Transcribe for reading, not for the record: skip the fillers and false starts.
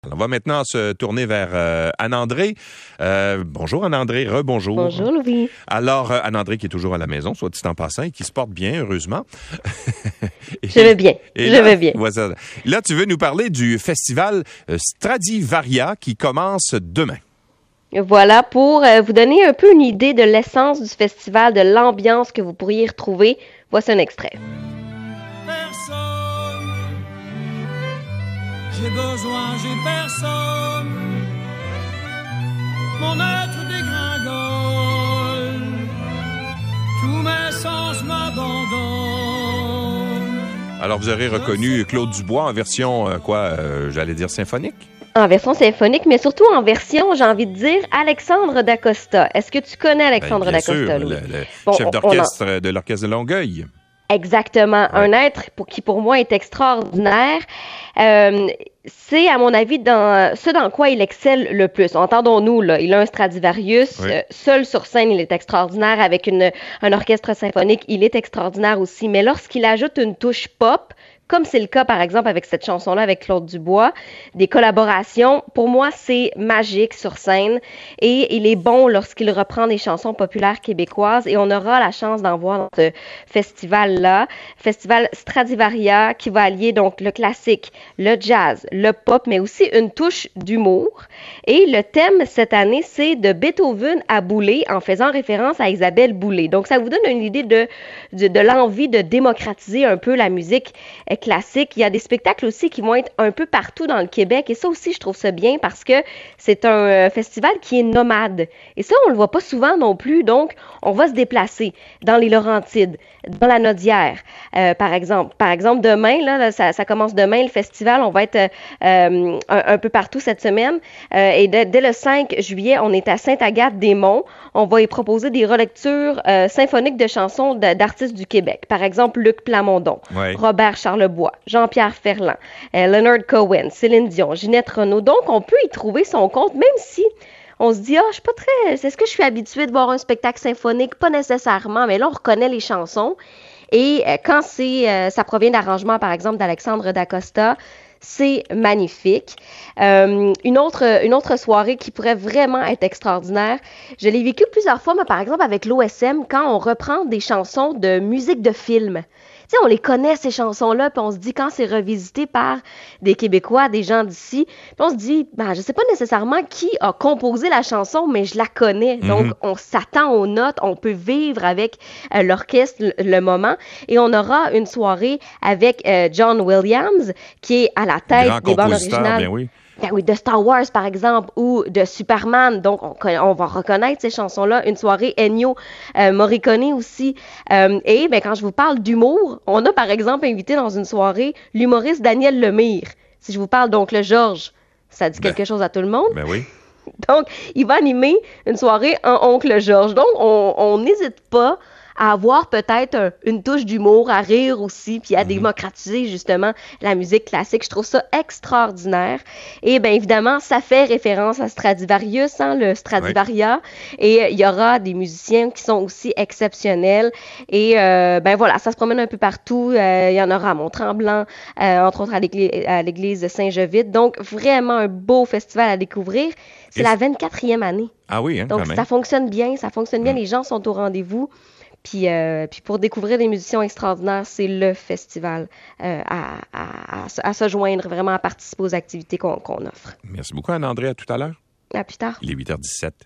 On va maintenant se tourner vers Anne-André. Bonjour Anne-André, rebonjour. Bonjour Louis. Alors, Anne-André qui est toujours à la maison, soit dit en passant, et qui se porte bien, heureusement. Je vais bien, je vais bien. Voilà. Là, tu veux nous parler du festival Stradivaria qui commence demain. Voilà, pour vous donner un peu une idée de l'essence du festival, de l'ambiance que vous pourriez retrouver. Voici un extrait. J'ai besoin, j'ai personne. Mon être dégringole. Tous mes sens m'abandonnent. Alors, vous aurez reconnu Claude Dubois en version, j'allais dire symphonique? En version symphonique, mais surtout en version, j'ai envie de dire, Alexandre Dacosta. Est-ce que tu connais Alexandre Dacosta, Louis? Le chef d'orchestre de l'Orchestre de Longueuil. Exactement. Ouais. Un être qui, pour moi, est extraordinaire. C'est, à mon avis, ce dans quoi il excelle le plus. Entendons-nous, là, il a un Stradivarius. Oui. Seul sur scène, il est extraordinaire. Avec un orchestre symphonique, il est extraordinaire aussi. Mais lorsqu'il ajoute une touche pop, comme c'est le cas, par exemple, avec cette chanson-là, avec Claude Dubois, des collaborations, pour moi, c'est magique sur scène. Et il est bon lorsqu'il reprend des chansons populaires québécoises. Et on aura la chance d'en voir dans ce festival-là. Festival Stradivaria, qui va allier donc le classique, le jazz, le pop, mais aussi une touche d'humour. Et le thème, cette année, c'est de Beethoven à Boulez, en faisant référence à Isabelle Boulay. Donc, ça vous donne une idée de l'envie de démocratiser un peu la musique classique. Il y a des spectacles aussi qui vont être un peu partout dans le Québec et ça aussi, je trouve ça bien parce que c'est un festival qui est nomade. Et ça, on le voit pas souvent non plus, donc on va se déplacer dans les Laurentides, dans la Nodière, par exemple. Par exemple, demain, là, ça commence demain, le festival, on va être un peu partout cette semaine et dès le 5 juillet, on est à Sainte-Agathe-des-Monts. On va y proposer des relectures symphoniques de chansons d'artistes du Québec. Par exemple, Luc Plamondon, ouais. Robert Charlebois, Jean-Pierre Ferland, Leonard Cohen, Céline Dion, Ginette Renaud. Donc, on peut y trouver son compte, même si on se dit, je suis pas très... Est-ce que je suis habituée de voir un spectacle symphonique? Pas nécessairement, mais là, on reconnaît les chansons. Et quand ça provient d'arrangements, par exemple, d'Alexandre Dacosta, c'est magnifique. Une autre soirée qui pourrait vraiment être extraordinaire, je l'ai vécu plusieurs fois, mais par exemple avec l'OSM, quand on reprend des chansons de musique de film. Tu sais, on les connaît, ces chansons-là, puis on se dit, quand c'est revisité par des Québécois, des gens d'ici, puis on se dit, je sais pas nécessairement qui a composé la chanson, mais je la connais. Mm-hmm. Donc, on s'attend aux notes, on peut vivre avec l'orchestre le moment, et on aura une soirée avec John Williams, qui est à la tête des bandes originales. Bien oui. Ben oui, de Star Wars, par exemple, ou de Superman. Donc, on va reconnaître ces chansons-là. Une soirée Ennio Morricone aussi. Et quand je vous parle d'humour, on a, par exemple, invité dans une soirée l'humoriste Daniel Lemire. Si je vous parle d'Oncle Georges, ça dit quelque chose à tout le monde? Ben oui. Donc, il va animer une soirée en Oncle Georges. Donc, on n'hésite pas à avoir peut-être une touche d'humour, à rire aussi, puis à démocratiser justement la musique classique. Je trouve ça extraordinaire. Et bien évidemment, ça fait référence à Stradivarius, le Stradivaria. Oui. Et il y aura des musiciens qui sont aussi exceptionnels. Et voilà, ça se promène un peu partout. Il y en aura à Mont-Tremblant, entre autres à l'église de Saint-Jovite. Donc vraiment un beau festival à découvrir. C'est la 24e année. Ah oui, donc quand même. Ça fonctionne bien. Les gens sont au rendez-vous. Puis pour découvrir des musiciens extraordinaires, c'est le festival à se joindre, vraiment à participer aux activités qu'on offre. Merci beaucoup, Anne-André. À tout à l'heure. À plus tard. Il est 8h17.